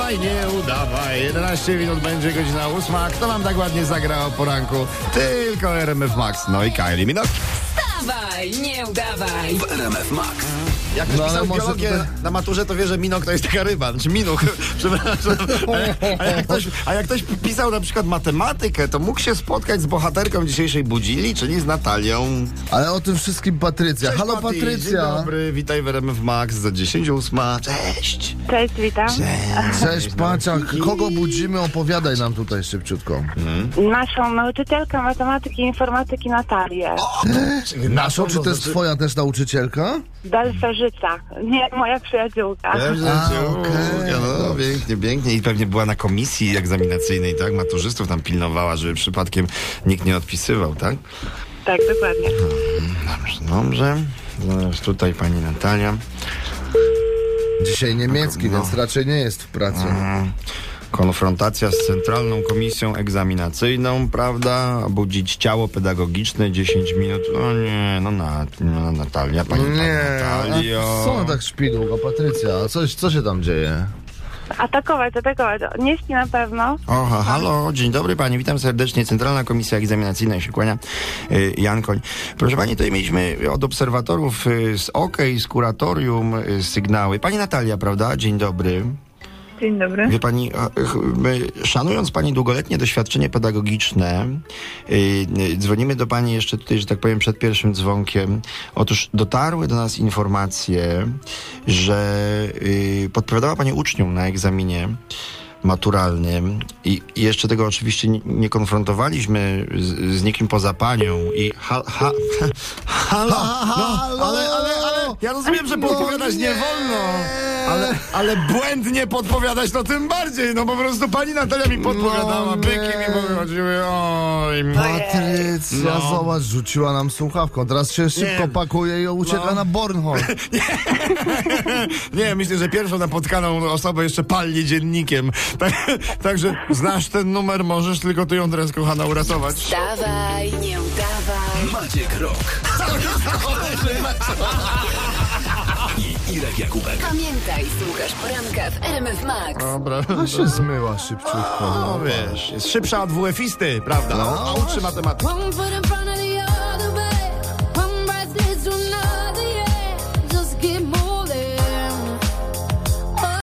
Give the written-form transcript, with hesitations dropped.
nie udawaj. 11 minut będzie godzina 8. Kto nam tak ładnie zagra o poranku? Tylko RMF Max. No i Kylie Minogue. Wstawaj, nie udawaj. W RMF Max. Jak ktoś pisał biologię na maturze, to wie, że minok to jest taka ryba. Znaczy minuch, przepraszam. A jak ktoś pisał na przykład matematykę, to mógł się spotkać z bohaterką dzisiejszej Budzili, czyli z Natalią. Ale o tym wszystkim Patrycja. Cześć, Halo Pati, Patrycja. Dzień dobry, witaj w RMF Max za 10:08. Cześć. Cześć, witam. Cześć Pacia, kogo budzimy? Opowiadaj nam tutaj szybciutko. Naszą nauczycielkę matematyki i informatyki Natalię. Naszą, czy to jest twoja też nauczycielka? Dalsze życia. Nie, moja przyjaciółka. okej. No, pięknie, pięknie. I pewnie była na komisji egzaminacyjnej, tak? Maturzystów tam pilnowała, żeby przypadkiem nikt nie odpisywał, tak? Tak, dokładnie. Dobrze. Zaraz tutaj pani Natalia. Dzisiaj niemiecki, więc raczej nie jest w pracy. Konfrontacja z Centralną Komisją Egzaminacyjną, prawda? Budzić ciało pedagogiczne 10 minut. O nie, no Natalia, pani Natalio. A co ona tak śpi długo, Patrycja? Co się tam dzieje? Atakować. Nie śpi na pewno. Oha, halo, dzień dobry pani, witam serdecznie. Centralna Komisja Egzaminacyjna się kłania. Jan Koń. Proszę pani, tutaj mieliśmy od obserwatorów z OKEJ, z kuratorium sygnały. Pani Natalia, prawda? Dzień dobry. Dzień dobry. Wie pani, my, szanując pani długoletnie doświadczenie pedagogiczne, dzwonimy do pani jeszcze tutaj, że tak powiem, przed pierwszym dzwonkiem. Otóż dotarły do nas informacje, że podpowiadała pani uczniom na egzaminie maturalnym i jeszcze tego oczywiście nie konfrontowaliśmy z nikim poza panią i halo, no, ale ja rozumiem, że podpowiadać nie wolno, ale błędnie podpowiadać to tym bardziej, no po prostu pani Natalia mi podpowiadała, byki mi pochodziły, oj. Patrycja, zobacz, rzuciła nam słuchawką, teraz się szybko pakuje i ucieka na Bornholm. Nie, myślę, że pierwszą napotkaną osobę jeszcze palnie dziennikiem. Także znasz ten numer, możesz, tylko ty ją teraz, kochana, uratować. Wstawaj, nie udawaj. Maciek Rok. I Irek Jakubek. Pamiętaj, słuchasz poranka w RMF Max. Dobra. A się zmyła szybciutko. No wiesz, jest szybsza od WF-isty, prawda? A uczy matematyki. One foot in front